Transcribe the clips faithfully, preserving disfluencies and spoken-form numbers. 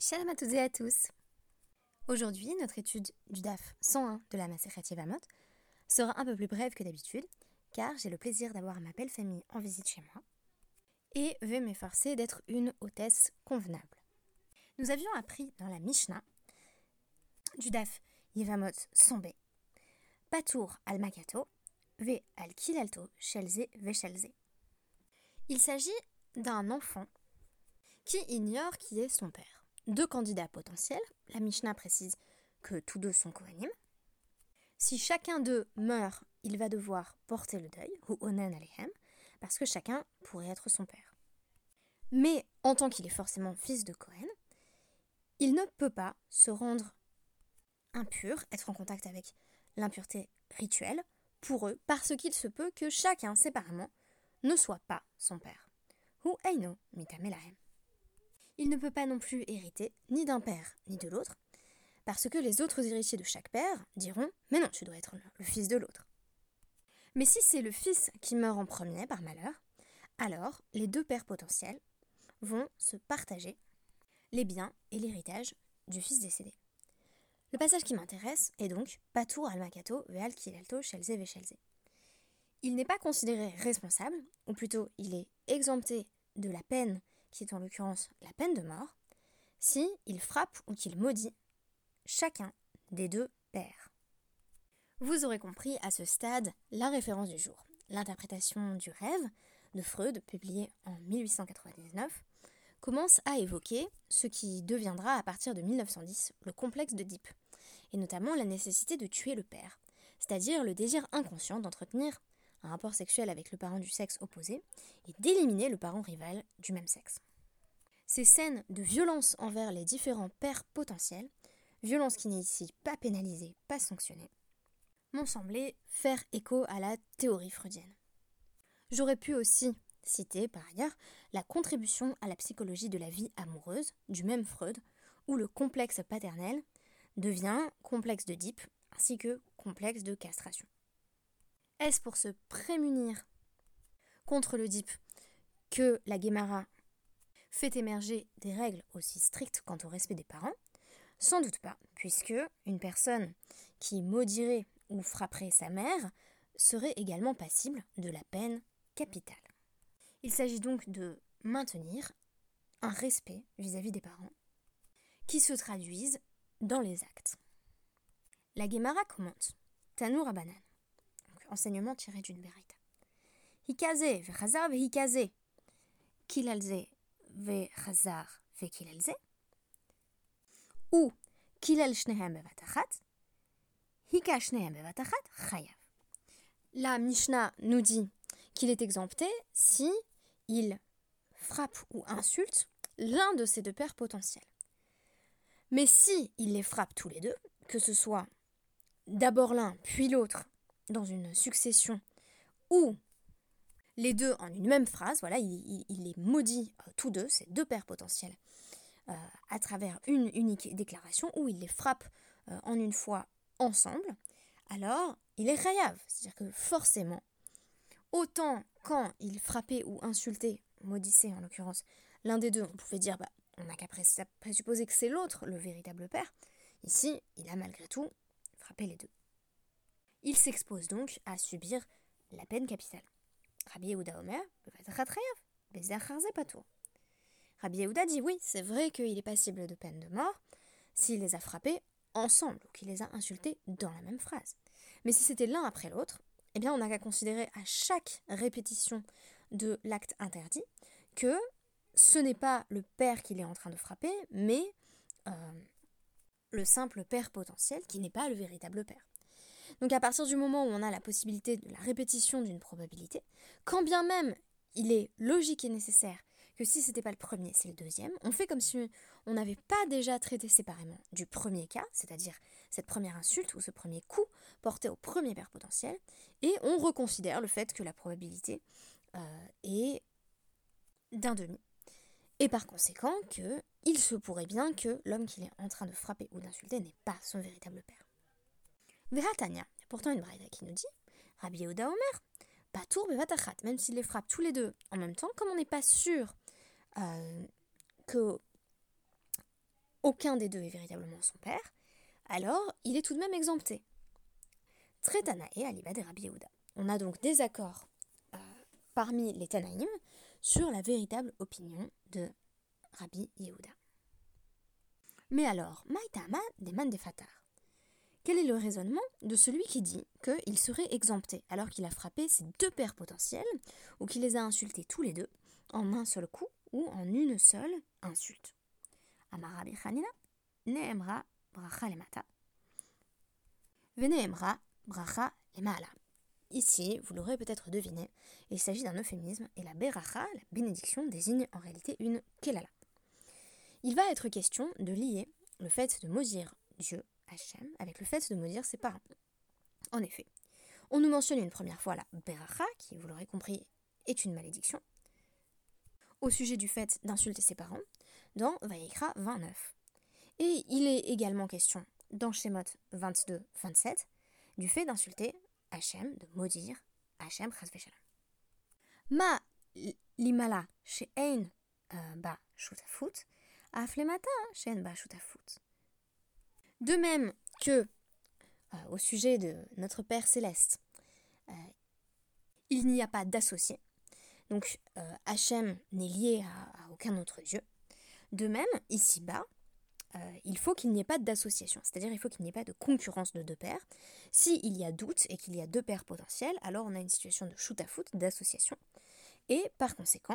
Shalom à toutes et à tous. Aujourd'hui, notre étude du D A F cent un de la Masechet Yevamot sera un peu plus brève que d'habitude, car j'ai le plaisir d'avoir ma belle famille en visite chez moi et vais m'efforcer d'être une hôtesse convenable. Nous avions appris dans la Mishnah du D A F Yevamot cent b Patour al Makato ve al Kilalto Shelze ve Shelze. Il s'agit d'un enfant qui ignore qui est son père. Deux candidats potentiels, la Mishnah précise que tous deux sont Kohanim. Si chacun d'eux meurt, il va devoir porter le deuil, ou onen alehem, parce que chacun pourrait être son père. Mais en tant qu'il est forcément fils de Kohen, il ne peut pas se rendre impur, être en contact avec l'impureté rituelle pour eux, parce qu'il se peut que chacun séparément ne soit pas son père. Ou eino mitamelahem. Il ne peut pas non plus hériter ni d'un père ni de l'autre, parce que les autres héritiers de chaque père diront « mais non, tu dois être le fils de l'autre ». Mais si c'est le fils qui meurt en premier par malheur, alors les deux pères potentiels vont se partager les biens et l'héritage du fils décédé. Le passage qui m'intéresse est donc « Patour al Makato ve al Kilalto Shelze ve Shelze ». Il n'est pas considéré responsable, ou plutôt il est exempté de la peine qui est en l'occurrence la peine de mort, si il frappe ou qu'il maudit chacun des deux pères. Vous aurez compris à ce stade la référence du jour. L'interprétation du rêve de Freud, publiée en mille huit cent quatre-vingt-dix-neuf, commence à évoquer ce qui deviendra à partir de mille neuf cent dix le complexe d'Oedipe, et notamment la nécessité de tuer le père, c'est-à-dire le désir inconscient d'entretenir un rapport sexuel avec le parent du sexe opposé et d'éliminer le parent rival du même sexe. Ces scènes de violence envers les différents pères potentiels, violence qui n'est ici pas pénalisée, pas sanctionnée, m'ont semblé faire écho à la théorie freudienne. J'aurais pu aussi citer par ailleurs la contribution à la psychologie de la vie amoureuse du même Freud, où le complexe paternel devient complexe d'Oedipe ainsi que complexe de castration. Est-ce pour se prémunir contre l'Oedipe que la Guémara fait émerger des règles aussi strictes quant au respect des parents? Sans doute pas, puisque une personne qui maudirait ou frapperait sa mère serait également passible de la peine capitale. Il s'agit donc de maintenir un respect vis-à-vis des parents qui se traduisent dans les actes. La Guémara commente Tanu Rabanan, enseignement tiré d'une Beraïta. Hikaze vechazar vehikaze, kilalze vechazar vekilalze, ou kilal shnehem bevatachat, hika shnehem bevatachat chayav. La Mishnah nous dit qu'il est exempté si il frappe ou insulte l'un de ses deux pères potentiels. Mais si il les frappe tous les deux, que ce soit d'abord l'un puis l'autre, dans une succession ou les deux en une même phrase, voilà, il, il, il les maudit euh, tous deux, ces deux pères potentiels, euh, à travers une unique déclaration, ou il les frappe euh, en une fois ensemble, alors il est chayav, c'est-à-dire que forcément, autant quand il frappait ou insultait, maudissait en l'occurrence, l'un des deux, on pouvait dire, bah, on n'a qu'à présupposer que c'est l'autre, le véritable père, ici, il a malgré tout frappé les deux. Il s'expose donc à subir la peine capitale. Rabbi Yehuda Omer, Rabbi Yehuda dit oui, c'est vrai qu'il est passible de peine de mort s'il les a frappés ensemble ou qu'il les a insultés dans la même phrase. Mais si c'était l'un après l'autre, eh bien on n'a qu'à considérer à chaque répétition de l'acte interdit que ce n'est pas le père qu'il est en train de frapper, mais euh, le simple père potentiel qui n'est pas le véritable père. Donc à partir du moment où on a la possibilité de la répétition d'une probabilité, quand bien même il est logique et nécessaire que si ce n'était pas le premier, c'est le deuxième, on fait comme si on n'avait pas déjà traité séparément du premier cas, c'est-à-dire cette première insulte ou ce premier coup porté au premier père potentiel, et on reconsidère le fait que la probabilité euh, est d'un demi. Et par conséquent, que il se pourrait bien que l'homme qu'il est en train de frapper ou d'insulter n'est pas son véritable père. Vehatania, pourtant une braïda qui nous dit Rabbi Yehuda Omer, Patour bevatachat, même s'il les frappe tous les deux en même temps, comme on n'est pas sûr euh, que aucun des deux est véritablement son père, alors il est tout de même exempté. Très Tanaé aliba de Rabbi Yehuda. On a donc des accords euh, parmi les Tanaïm sur la véritable opinion de Rabbi Yehuda. Mais alors, Maïtama deman de Fatar. Quel est le raisonnement de celui qui dit qu'il serait exempté alors qu'il a frappé ses deux pères potentiels ou qu'il les a insultés tous les deux en un seul coup ou en une seule insulte? Amar Rabbi Hanina, ne'emra bracha lemata, vene'emra bracha lemala. Ici, vous l'aurez peut-être deviné, il s'agit d'un euphémisme et la beracha, la bénédiction, désigne en réalité une kelala. Il va être question de lier le fait de maudire Dieu, Hachem, avec le fait de maudire ses parents. En effet, on nous mentionne une première fois la beracha, qui, vous l'aurez compris, est une malédiction, au sujet du fait d'insulter ses parents, dans Vayikra vingt-neuf. Et il est également question, dans Shemot vingt-deux vingt-sept, du fait d'insulter Hachem, de maudire Hachem chas v'shalom. Ma limala she'ein ba shutafut, aflemata she'en ba shutafut. De même que euh, au sujet de notre Père Céleste, euh, il n'y a pas d'associé. Donc euh, Hachem n'est lié à, à aucun autre Dieu. De même, ici-bas, euh, il faut qu'il n'y ait pas d'association, c'est-à-dire il faut qu'il n'y ait pas de concurrence de deux pères. S'il y a doute et qu'il y a deux pères potentiels, alors on a une situation de shutafut, d'association. Et par conséquent,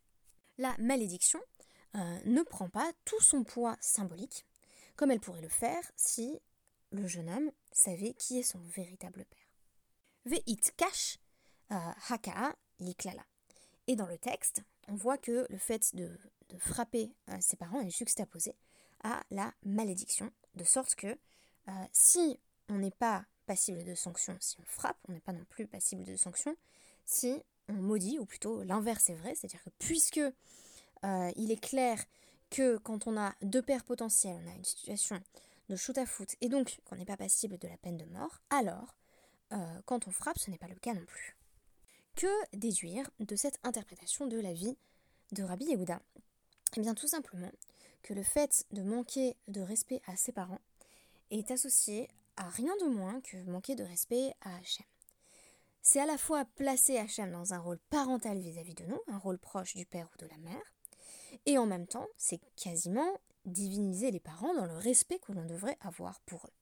la malédiction euh, ne prend pas tout son poids symbolique, comme elle pourrait le faire si le jeune homme savait qui est son véritable père. Ve'it kash haka'a liklala. Et dans le texte, on voit que le fait de, de frapper euh, ses parents est juxtaposé à la malédiction, de sorte que euh, si on n'est pas passible de sanction si on frappe, on n'est pas non plus passible de sanction si on maudit, ou plutôt l'inverse est vrai, c'est-à-dire que puisque euh, il est clair que quand on a deux pères potentiels, on a une situation de shoot-à-foot, et donc qu'on n'est pas passible de la peine de mort, alors euh, quand on frappe, ce n'est pas le cas non plus. Que déduire de cette interprétation de la vie de Rabbi Yehuda? Eh bien tout simplement que le fait de manquer de respect à ses parents est associé à rien de moins que manquer de respect à Hachem. C'est à la fois placer Hachem dans un rôle parental vis-à-vis de nous, un rôle proche du père ou de la mère, et en même temps, c'est quasiment diviniser les parents dans le respect que l'on devrait avoir pour eux.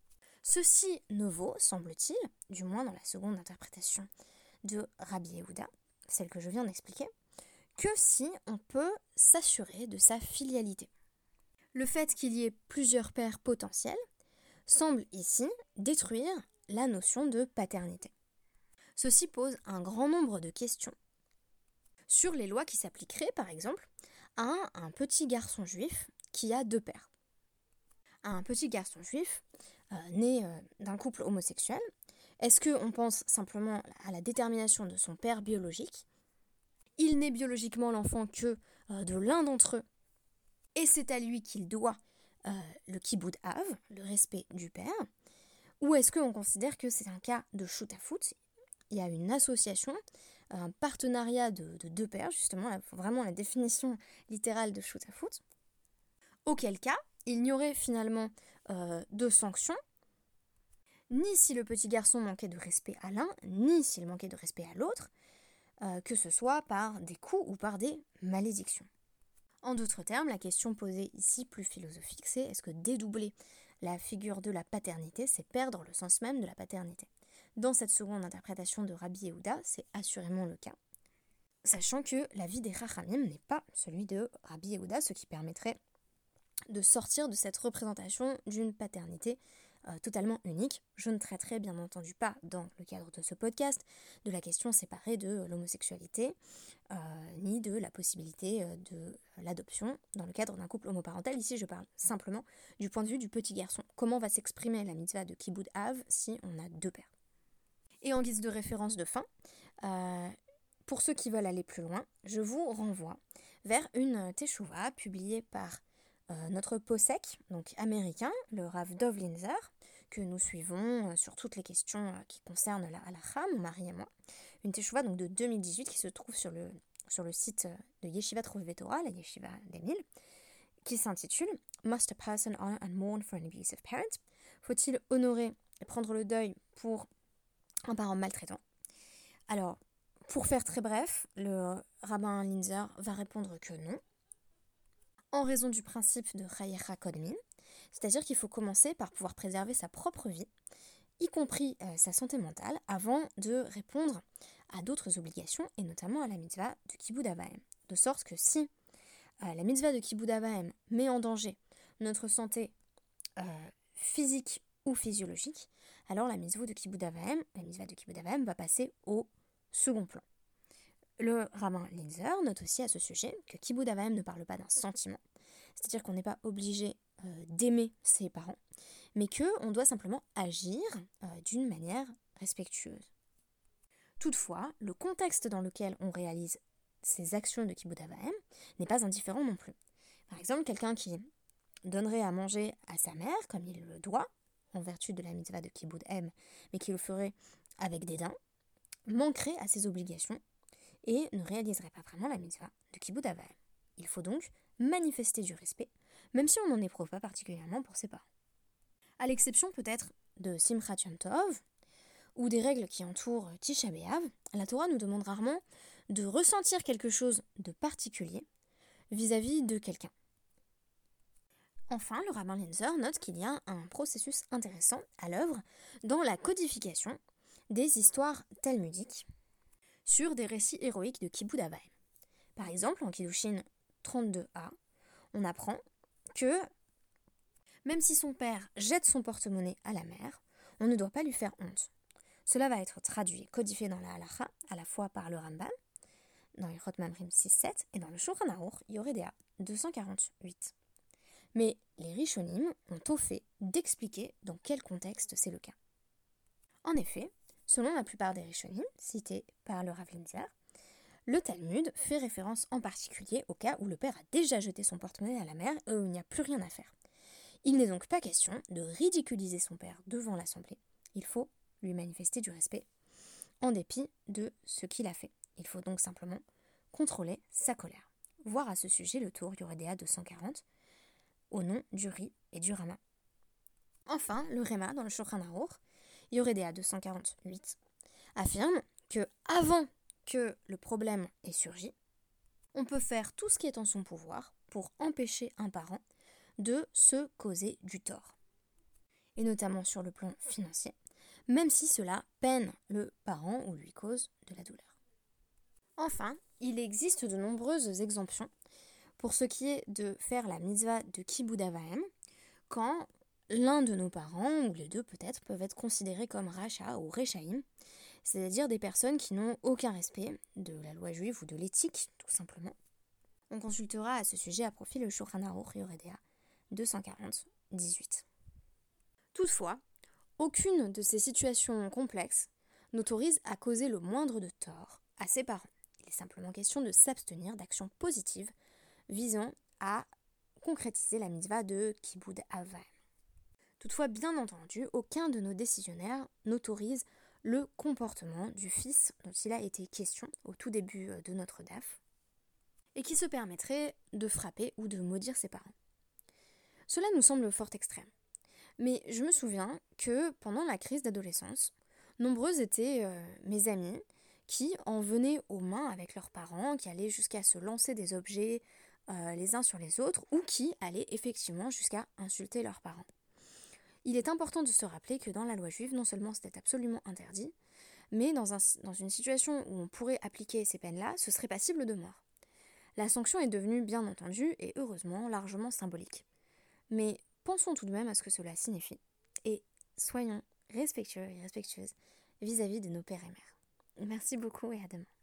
Ceci ne vaut, semble-t-il, du moins dans la seconde interprétation de Rabbi Yehuda, celle que je viens d'expliquer, que si on peut s'assurer de sa filialité. Le fait qu'il y ait plusieurs pères potentiels semble ici détruire la notion de paternité. Ceci pose un grand nombre de questions sur les lois qui s'appliqueraient, par exemple, à un petit garçon juif qui a deux pères. Un petit garçon juif euh, né euh, d'un couple homosexuel, est-ce qu'on pense simplement à la détermination de son père biologique? Il n'est biologiquement l'enfant que euh, de l'un d'entre eux, et c'est à lui qu'il doit euh, le kiboud av, le respect du père, ou est-ce qu'on considère que c'est un cas de shoot-à-foot? Il y a une association, un partenariat de, de deux pères, justement, là, vraiment la définition littérale de shoot-à-foot, auquel cas, il n'y aurait finalement euh, de sanctions, ni si le petit garçon manquait de respect à l'un, ni s'il manquait de respect à l'autre, euh, que ce soit par des coups ou par des malédictions. En d'autres termes, la question posée ici, plus philosophique, c'est est-ce que dédoubler la figure de la paternité, c'est perdre le sens même de la paternité? Dans cette seconde interprétation de Rabbi Yehuda, c'est assurément le cas, sachant que l'avis des Chachamim n'est pas celui de Rabbi Yehuda, ce qui permettrait de sortir de cette représentation d'une paternité euh, totalement unique. Je ne traiterai bien entendu pas, dans le cadre de ce podcast, de la question séparée de l'homosexualité, euh, ni de la possibilité euh, de l'adoption dans le cadre d'un couple homoparental. Ici, je parle simplement du point de vue du petit garçon. Comment va s'exprimer la mitzvah de Kiboud Av si on a deux pères? Et en guise de référence de fin, euh, pour ceux qui veulent aller plus loin, je vous renvoie vers une teshuva publiée par euh, notre posek, donc américain, le Rav Dov Linzer, que nous suivons euh, sur toutes les questions euh, qui concernent la halakha, mon mari et moi. Une teshuva donc de deux mille dix-huit qui se trouve sur le, sur le site de Yeshiva Trouvé Torah, la Yeshiva d'Emile, qui s'intitule « must a person honor and mourn for an abusive parent? Faut-il honorer et prendre le deuil pour un parent maltraitant? Alors, pour faire très bref, le rabbin Linzer va répondre que non, en raison du principe de Chayecha Kodmin, c'est-à-dire qu'il faut commencer par pouvoir préserver sa propre vie, y compris euh, sa santé mentale, avant de répondre à d'autres obligations, et notamment à la mitzvah de Kibud Av Va'em. De sorte que si euh, la mitzvah de Kibud Av Va'em met en danger notre santé euh, physique ou physiologique, alors la mitzvah de Kibud Av Va'em, la mitzvah de Kibud Av Va'em va passer au second plan. Le rabbin Linzer note aussi à ce sujet que Kibud Av Va'em ne parle pas d'un sentiment, c'est-à-dire qu'on n'est pas obligé euh, d'aimer ses parents, mais qu'on doit simplement agir euh, d'une manière respectueuse. Toutefois, le contexte dans lequel on réalise ces actions de Kibud Av Va'em n'est pas indifférent non plus. Par exemple, quelqu'un qui donnerait à manger à sa mère, comme il le doit, en vertu de la mitzvah de Kibud Em, mais qui le ferait avec dédain, manquerait à ses obligations et ne réaliserait pas vraiment la mitzvah de Kibud Av Va'em. Il faut donc manifester du respect, même si on n'en éprouve pas particulièrement pour ses parents. À l'exception peut-être de Simchat Yom Tov, ou des règles qui entourent Tisha B'Av, la Torah nous demande rarement de ressentir quelque chose de particulier vis-à-vis de quelqu'un. Enfin, le rabbin Linzer note qu'il y a un processus intéressant à l'œuvre dans la codification des histoires talmudiques sur des récits héroïques de Kibud Av Va'em. Par exemple, en Kiddushin trente-deux a, on apprend que même si son père jette son porte-monnaie à la mer, on ne doit pas lui faire honte. Cela va être traduit, codifié dans la Halacha, à la fois par le Rambam, dans Ilchot Mamrim six sept, et dans le Shulchan Aruch, Yoreh De'ah deux cent quarante-huit. Mais les Rishonim ont au fait d'expliquer dans quel contexte c'est le cas. En effet, selon la plupart des Rishonim, cités par le Rav Linzer, le Talmud fait référence en particulier au cas où le père a déjà jeté son porte-monnaie à la mer et où il n'y a plus rien à faire. Il n'est donc pas question de ridiculiser son père devant l'assemblée. Il faut lui manifester du respect, en dépit de ce qu'il a fait. Il faut donc simplement contrôler sa colère. Voir à ce sujet le tour Yoreh De'ah deux cent quarante, au nom du Ri et du Rama. Enfin, le Réma, dans le Shulchan Aruch, Yoreh De'ah deux cent quarante-huit, affirme que avant que le problème ait surgi, on peut faire tout ce qui est en son pouvoir pour empêcher un parent de se causer du tort, et notamment sur le plan financier, même si cela peine le parent ou lui cause de la douleur. Enfin, il existe de nombreuses exemptions pour ce qui est de faire la mitzvah de Kibud Av Va'em, quand l'un de nos parents, ou les deux peut-être, peuvent être considérés comme Racha ou Rechaim, c'est-à-dire des personnes qui n'ont aucun respect de la loi juive ou de l'éthique, tout simplement. On consultera à ce sujet à profit le Shulchan Aruch Yoreh De'ah deux cent quarante dix-huit. Toutefois, aucune de ces situations complexes n'autorise à causer le moindre de tort à ses parents. Il est simplement question de s'abstenir d'actions positives visant à concrétiser la mitzvah de Kibud Av Va'em. Toutefois, bien entendu, aucun de nos décisionnaires n'autorise le comportement du fils dont il a été question au tout début de notre D A F et qui se permettrait de frapper ou de maudire ses parents. Cela nous semble fort extrême. Mais je me souviens que pendant la crise d'adolescence, nombreuses étaient euh, mes amies qui en venaient aux mains avec leurs parents, qui allaient jusqu'à se lancer des objets euh, les uns sur les autres, ou qui allaient effectivement jusqu'à insulter leurs parents. Il est important de se rappeler que dans la loi juive, non seulement c'était absolument interdit, mais dans, un, dans une situation où on pourrait appliquer ces peines-là, ce serait passible de mort. La sanction est devenue, bien entendu, et heureusement, largement symbolique. Mais pensons tout de même à ce que cela signifie, et soyons respectueux et respectueuses vis-à-vis de nos pères et mères. Merci beaucoup et à demain.